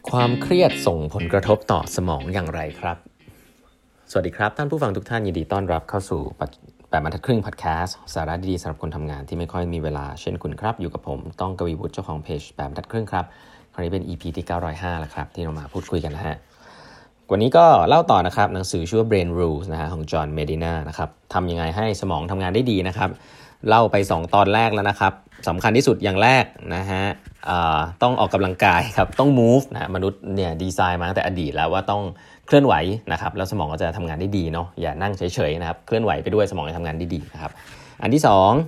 ความเครียดส่งผลกระทบต่อสมองอย่างไรครับสวัสดีครับท่านผู้ฟังทุกท่านยินดีต้อนรับเข้าสู่8 บรรทัดครึ่งพอดแคสต์สาระดีๆสำหรับคนทำงานที่ไม่ค่อยมีเวลาเช่นคุณครับอยู่กับผมต้องกวีวุฒิเจ้าของเพจ8 บรรทัดครึ่งครับคราวนี้เป็น EP ที่905แล้วครับที่เรามาพูดคุยกันนะฮะวันนี้ก็เล่าต่อนะครับหนังสือชื่อว่า Brain Rules นะฮะของจอห์นเมดินานะครับทำยังไงให้สมองทำงานได้ดีนะครับเล่าไป2ตอนแรกแล้วนะครับสำคัญที่สุดอย่างแรกนะฮะต้องออกกำลังกายครับต้อง move นะมนุษย์เนี่ยดีไซน์มาตั้งแต่อดีตแล้วว่าต้องเคลื่อนไหวนะครับแล้วสมองก็จะทำงานได้ดีเนาะอย่านั่งเฉยๆนะครับเคลื่อนไหวไปด้วยสมองจะทำงานได้ดีนะครับอันที่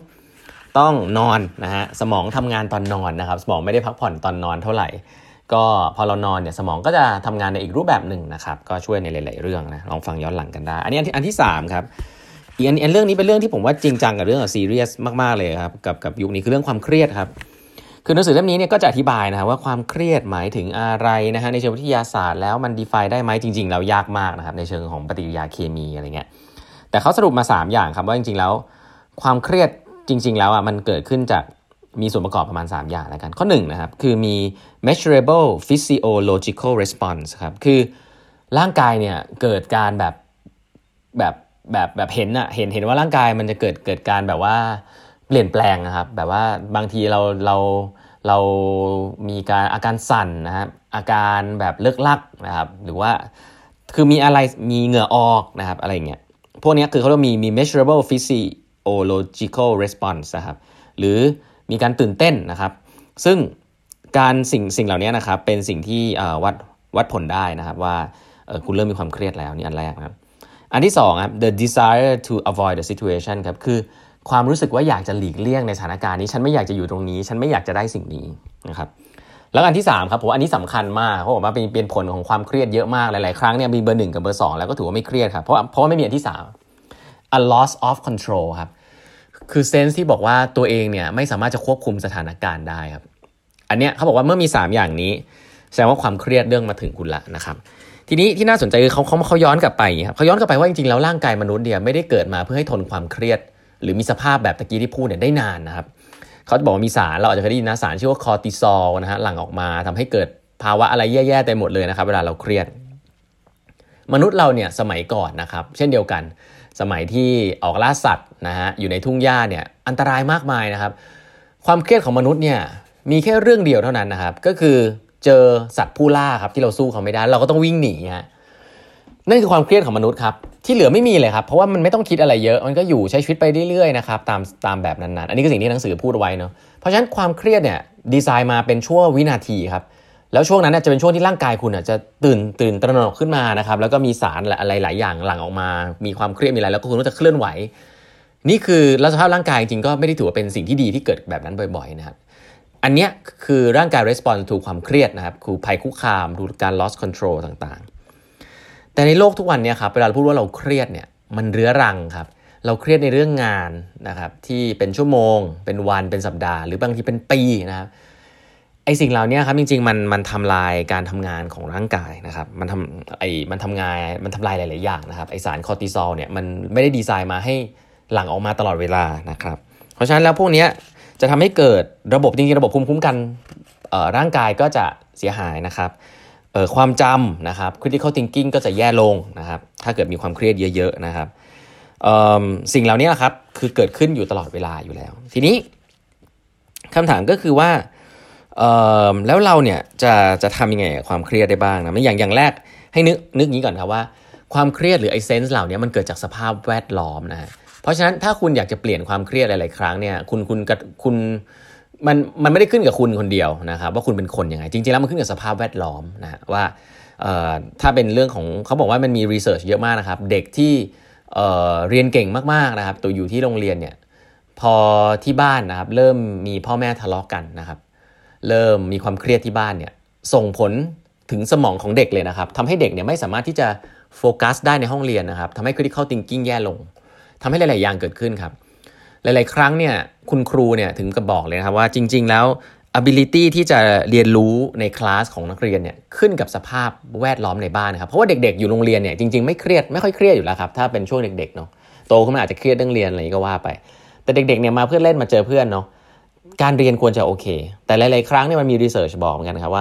2ต้องนอนนะฮะสมองทำงานตอนนอนนะครับสมองไม่ได้พักผ่อนตอนนอนเท่าไหร่ก็พอเรานอนเนี่ยสมองก็จะทำงานในอีกรูปแบบหนึ่งนะครับก็ช่วยในหลายๆเรื่องนะลองฟังย้อนหลังกันได้อันนี้อันที่3ครับอีกอันเรื่องนี้เป็นเรื่องที่ผมว่าจริงจังกับเรื่องซีเรียสมากๆเลยครับกับยุคนี้คือเรื่องความเครียดครับคือหนังสือเล่มนี้เนี่ยก็จะอธิบายนะครับว่าความเครียดหมายถึงอะไรนะฮะในเชิงวิทยาศาสตร์แล้วมัน define ได้ไหมจริงๆแล้วยากมากนะครับในเชิงของปฏิกิริยาเคมีอะไรเงี้ยแต่เขาสรุปมา3อย่างครับว่าจริงๆแล้วความเครียดจริงๆแล้วมันเกิดขึ้นจากมีส่วนประกอบประมาณ3อย่างแล้วกันข้อ1นะครับคือมี measurable physiological response ครับคือร่างกายเนี่ยเกิดการแบบเห็นว่าร่างกายมันจะเกิดการแบบว่าเปลี่ยนแปลงนะครับแบบว่าบางทีเรามีอาการสั่นนะครับอาการแบบเลิกลักนะครับหรือว่าคือมีอะไรมีเหงื่อออกนะครับอะไรอย่างเงี้ยพวกนี้คือเขาเรียกมี measurable physiological response นะครับหรือมีการตื่นเต้นนะครับซึ่งการสิ่งเหล่านี้นะครับเป็นสิ่งที่วัดผลได้นะครับว่าคุณเริ่มมีความเครียดแล้วนี่อันแรกนะครับอันที่2ครับ the desire to avoid the situation ครับคือความรู้สึกว่าอยากจะหลีกเลี่ยงในสถานการณ์นี้ฉันไม่อยากจะอยู่ตรงนี้ฉันไม่อยากจะได้สิ่งนี้นะครับแล้วอันที่3ครับผมว่าอันนี้สำคัญมากเขาบอกว่าเป็นผลของความเครียดเยอะมากหลายๆครั้งเนี่ยมีเบอร์1กับเบอร์2แล้วก็ถือว่าไม่เครียดครับเพราะว่าไม่มีอันที่3 a loss of control ครับคือเซนส์ที่บอกว่าตัวเองเนี่ยไม่สามารถจะควบคุมสถานการณ์ได้ครับอันเนี้ยเขาบอกว่าเมื่อมี3อย่างนี้แสดงว่าความเครียดเรื่องมาถึงคุณละนะครับทีนี้ที่น่าสนใจคือเขาย้อนกลับไปครับเขาย้อนกลับไปว่าจริงๆแล้วร่างกายมนุษย์เนี่ยไม่ได้เกิดมาเพื่อให้ทนความเครียดหรือมีสภาพแบบตะกี้ที่พูดเนี่ยได้นานนะครับเขาจะบอกว่ามีสารเราอาจจะเคยได้ยินนะสารชื่อว่าคอร์ติซอลนะฮะหลั่งออกมาทำให้เกิดภาวะอะไรแย่ๆเต็มหมดเลยนะครับเวลาเราเครียดมนุษย์เราเนี่ยสมัยก่อนนะครับเช่นเดียวกันสมัยที่ออกล่าสัตว์นะฮะอยู่ในทุ่งหญ้าเนี่ยอันตรายมากมายนะครับความเครียดของมนุษย์เนี่ยมีแค่เรื่องเดียวเท่านั้นนะครับก็คือเจอสัตว์ผู้ล่าครับที่เราสู้เขาไม่ได้เราก็ต้องวิ่งหนีฮะนั่นคือความเครียดของมนุษย์ครับที่เหลือไม่มีเลยครับเพราะว่ามันไม่ต้องคิดอะไรเยอะมันก็อยู่ใช้ชีวิตไปเรื่อยๆนะครับตามแบบนั้นๆอันนี้คือสิ่งที่หนังสือพูดไว้เนาะเพราะฉะนั้นความเครียดเนี่ยดีไซน์มาเป็นชั่ววินาทีครับแล้วช่วงนั้นจะเป็นช่วงที่ร่างกายคุณจะตื่นตระหนกขึ้นมานะครับแล้วก็มีสารอะไรหลายอย่างหลั่งออกมามีความเครียดมีอะไรแล้วก็คุณก็จะเคลื่อนไหวนี่คือแล้วสภาพร่างกายจริงๆก็ไม่ได้ถือว่าเป็นสิ่งที่ดีที่เกิดแบบนั้นบ่อยๆนะครับอันเนี้ยคือร่างกาย response to ความเครียดนะครับคือภัยคุกคามดูการ loss control ต่างๆแต่ในโลกทุกวันเนี่ยครับเวลาเราพูดว่าเราเครียดเนี่ยมันเรื้อรังครับเราเครียดในเรื่องงานนะครับที่เป็นชั่วโมงเป็นวันเป็นสัปดาห์หรือบางทีเป็นปีนะครับไอ้สิ่งเหล่านี้ครับจริงๆมันทำลายการทำงานของร่างกายนะครับมันทำลายหลายๆอย่างนะครับไอสารคอร์ติซอลเนี่ยมันไม่ได้ดีไซน์มาให้หลั่งออกมาตลอดเวลานะครับเพราะฉะนั้นแล้วพวกนี้จะทำให้เกิดระบบจริงๆระบบภูมิคุ้มกันร่างกายก็จะเสียหายนะครับความจำนะครับ critical thinking ก็จะแย่ลงนะครับถ้าเกิดมีความเครียดเยอะๆนะครับสิ่งเหล่านี้ครับคือเกิดขึ้นอยู่ตลอดเวลาอยู่แล้วทีนี้คำถามก็คือว่าแล้วเราเนี่ยจะทำยังไงกับความเครียดได้บ้างนะอย่างแรกให้นึกงี้ก่อนครับว่าความเครียดหรือไอเซนส์เหล่านี้มันเกิดจากสภาพแวดล้อมนะเพราะฉะนั้นถ้าคุณอยากจะเปลี่ยนความเครียดหลายๆครั้งเนี่ยคุณมันไม่ได้ขึ้นกับคุณคนเดียวนะครับว่าคุณเป็นคนยังไงจริงๆแล้วมันขึ้นกับสภาพแวดล้อมนะว่าถ้าเป็นเรื่องของเขาบอกว่ามันมีรีเสิร์ชเยอะมากนะครับเด็กที่เรียนเก่งมากๆนะครับตัวอยู่ที่โรงเรียนเนี่ยพอที่บ้านนะครับเริ่มมีพ่อแม่ทะเลาะกันนะครับเริ่มมีความเครียดที่บ้านเนี่ยส่งผลถึงสมองของเด็กเลยนะครับทำให้เด็กเนี่ยไม่สามารถที่จะโฟกัสได้ในห้องเรียนนะครับทำให้ critical thinking แย่ลงทำให้หลายๆอย่างเกิดขึ้นครับหลายๆครั้งเนี่ยคุณครูเนี่ยถึงกับบอกเลยนะครับว่าจริงๆแล้ว ability ที่จะเรียนรู้ในคลาสของนักเรียนเนี่ยขึ้นกับสภาพแวดล้อมในบ้านนะครับเพราะว่าเด็กๆอยู่โรงเรียนเนี่ยจริงๆไม่ค่อยเครียดอยู่แล้วครับถ้าเป็นช่วงเด็กๆเนาะโตขึ้นมาอาจจะเครียดเรื่องเรียนอะไรก็ว่าไปแต่เด็กๆเนี่ยมาเพื่อเล่นมาเจอเพื่อนเนาะการเรียนควรจะโอเคแต่หลายๆครั้งเนี่ยมันมีรีเสิร์ชบอกเหมือนกันครับว่า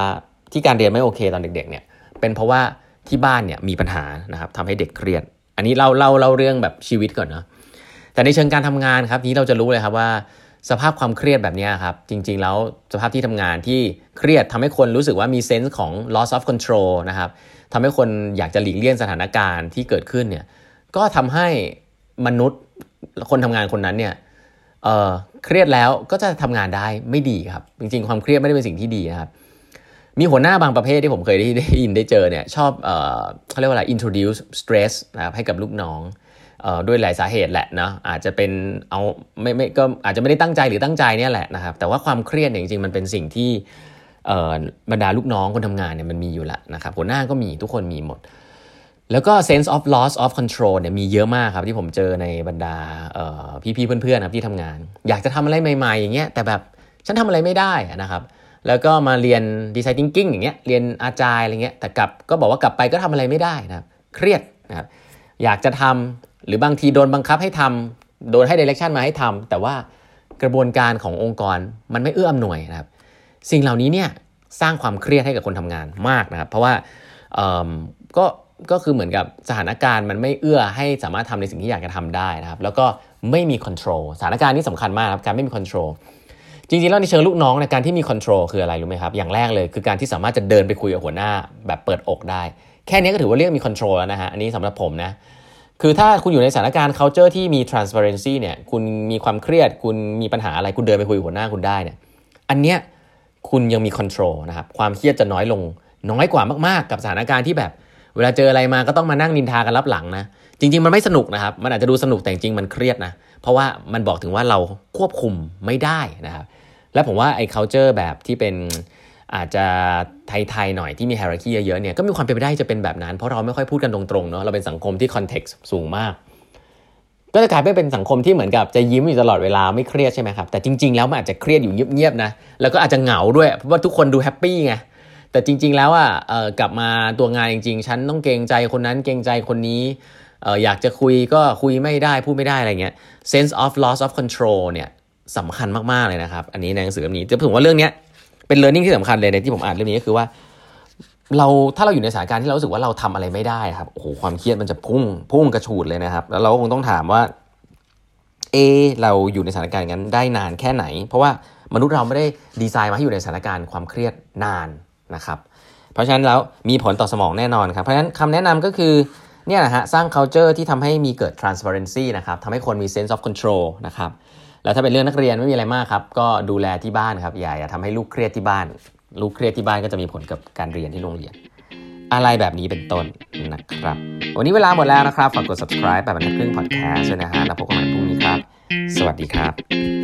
ที่การเรียนไม่โอเคตอนเด็กๆเนี่ยเป็นเพราะว่าที่บ้านเนี่ยมีปัญหานะครับทำให้เด็กเครียดอันนี้เล่าเรื่องแบบชีวิตก่อนเนาะแต่ในเชิงการทำงานครับนี้เราจะรู้เลยครับว่าสภาพความเครียดแบบนี้ครับจริงๆแล้วสภาพที่ทำงานที่เครียดทำให้คนรู้สึกว่ามีเซนส์ของ loss of control นะครับทำให้คนอยากจะหลีกเลี่ยงสถานการณ์ที่เกิดขึ้นเนี่ยก็ทำให้มนุษย์คนทำงานคนนั้นเนี่ยเครียดแล้วก็จะทำงานได้ไม่ดีครับจริงๆความเครียดไม่ได้เป็นสิ่งที่ดีนะครับมีหัวหน้าบางประเภทที่ผมเคยได้ยินได้เจอเนี่ยชอบเขาเรียกว่าอะไร introduce stress นะครับให้กับลูกน้องด้วยหลายสาเหตุแหละเนาะอาจจะเป็นเอาไม่ก็อาจจะไม่ได้ตั้งใจหรือตั้งใจเนี่ยแหละนะครับแต่ว่าความเครียดเนี่ยจริงๆมันเป็นสิ่งที่บรรดาลูกน้องคนทำงานเนี่ยมันมีอยู่ละนะครับหัวหน้าก็มีทุกคนมีหมดแล้วก็ sense of loss of control เนี่ยมีเยอะมากครับที่ผมเจอในบรรดาพี่ๆเพื่อนๆครับที่ทำงานอยากจะทำอะไรใหม่ๆอย่างเงี้ยแต่แบบฉันทำอะไรไม่ได้นะครับแล้วก็มาเรียน design thinking อย่างเงี้ยเรียนอาจารย์อะไรเงี้ยแต่ก็บอกว่ากลับไปก็ทำอะไรไม่ได้นะครับเครียดนะครับอยากจะทำหรือบางทีโดนบังคับให้ทำโดนให้ direction มาให้ทำแต่ว่ากระบวนการขององค์กรมันไม่เอื้ออำนวยนะครับสิ่งเหล่านี้เนี่ยสร้างความเครียดให้กับคนทำงานมากนะครับเพราะว่าก็คือเหมือนกับสถานการณ์มันไม่เอื้อให้สามารถทำในสิ่งที่อยากจะทำได้นะครับแล้วก็ไม่มี control สถานการณ์นี้สำคัญมากครับการไม่มี control จริงๆแล้วในเชิงลูกน้องในการที่มี control คืออะไรรู้ไหมครับอย่างแรกเลยคือการที่สามารถจะเดินไปคุยกับหัวหน้าแบบเปิดอกได้แค่นี้ก็ถือว่าเรียกมี control แล้วนะฮะอันนี้สำหรับผมนะคือถ้าคุณอยู่ในสถานการณ์ culture ที่มี transparency เนี่ยคุณมีความเครียดคุณมีปัญหาอะไรคุณเดินไปคุยกับหัวหน้าคุณได้เนี่ยอันเนี้ยคุณยังมี control นะครับความเครียดจะน้อยลงน้อยกว่ามากๆกับสถานการณ์ที่แบบเวลาเจออะไรมาก็ต้องมานั่งนินทากันรับหลังนะจริงๆมันไม่สนุกนะครับมันอาจจะดูสนุกแต่จริงๆมันเครียดนะเพราะว่ามันบอกถึงว่าเราควบคุมไม่ได้นะครับและผมว่าไอ้ culture แบบที่เป็นอาจจะไทยๆหน่อยที่มี hierarchy เยอะๆเนี่ยก็มีความเป็นไปได้จะเป็นแบบนั้นเพราะเราไม่ค่อยพูดกันตรงๆเนาะเราเป็นสังคมที่ context สูงมากก็จะกลายเป็นสังคมที่เหมือนกับจะยิ้มอยู่ตลอดเวลาไม่เครียดใช่ไหมครับแต่จริงๆแล้วมันอาจจะเครียดอยู่เงียบๆนะแล้วก็อาจจะเหงาด้วยเพราะว่าทุกคนดูแฮปปี้ไงแต่จริงๆแล้วกลับมาตัวงานจริงๆฉันต้องเกรงใจคนนั้นเกรงใจคนนี้อยากจะคุยก็คุยไม่ได้พูดไม่ได้อะไรเงี้ย sense of loss of control เนี่ยสำคัญมากๆเลยนะครับอันนี้ในหนังสือเล่มนี้จะผมว่าเรื่องนี้เป็น learning ที่สำคัญเลยในที่ผมอ่านเรื่องนี้ก็คือว่าถ้าเราอยู่ในสถานการณ์ที่เรารู้สึกว่าเราทำอะไรไม่ได้ครับโอ้โหความเครียดมันจะพุ่งกระฉูดเลยนะครับแล้วเราคงต้องถามว่าเราอยู่ในสถานการณ์อย่างนั้นได้นานแค่ไหนเพราะว่ามนุษย์เราไม่ได้ดีไซน์มาให้อยู่ในสถานการณ์ความเครียดนานนะครับเพราะฉะนั้นแล้วมีผลต่อสมองแน่นอนครับเพราะฉะนั้นคำแนะนำก็คือเนี่ยนะฮะสร้าง culture ที่ทำให้มีเกิด transparency นะครับทำให้คนมี sense of control นะครับแล้วถ้าเป็นเรื่องนักเรียนไม่มีอะไรมากครับก็ดูแลที่บ้านครับอย่าทำให้ลูกเครียดที่บ้านลูกเครียดที่บ้านก็จะมีผลกับการเรียนที่โรงเรียนอะไรแบบนี้เป็นต้นนะครับวันนี้เวลาหมดแล้วนะครับฝากกด subscribe แบบบรรทัดครึ่ง podcast ด้วยนะฮะแล้วพบกันใหม่พรุ่งนี้ครับสวัสดีครับ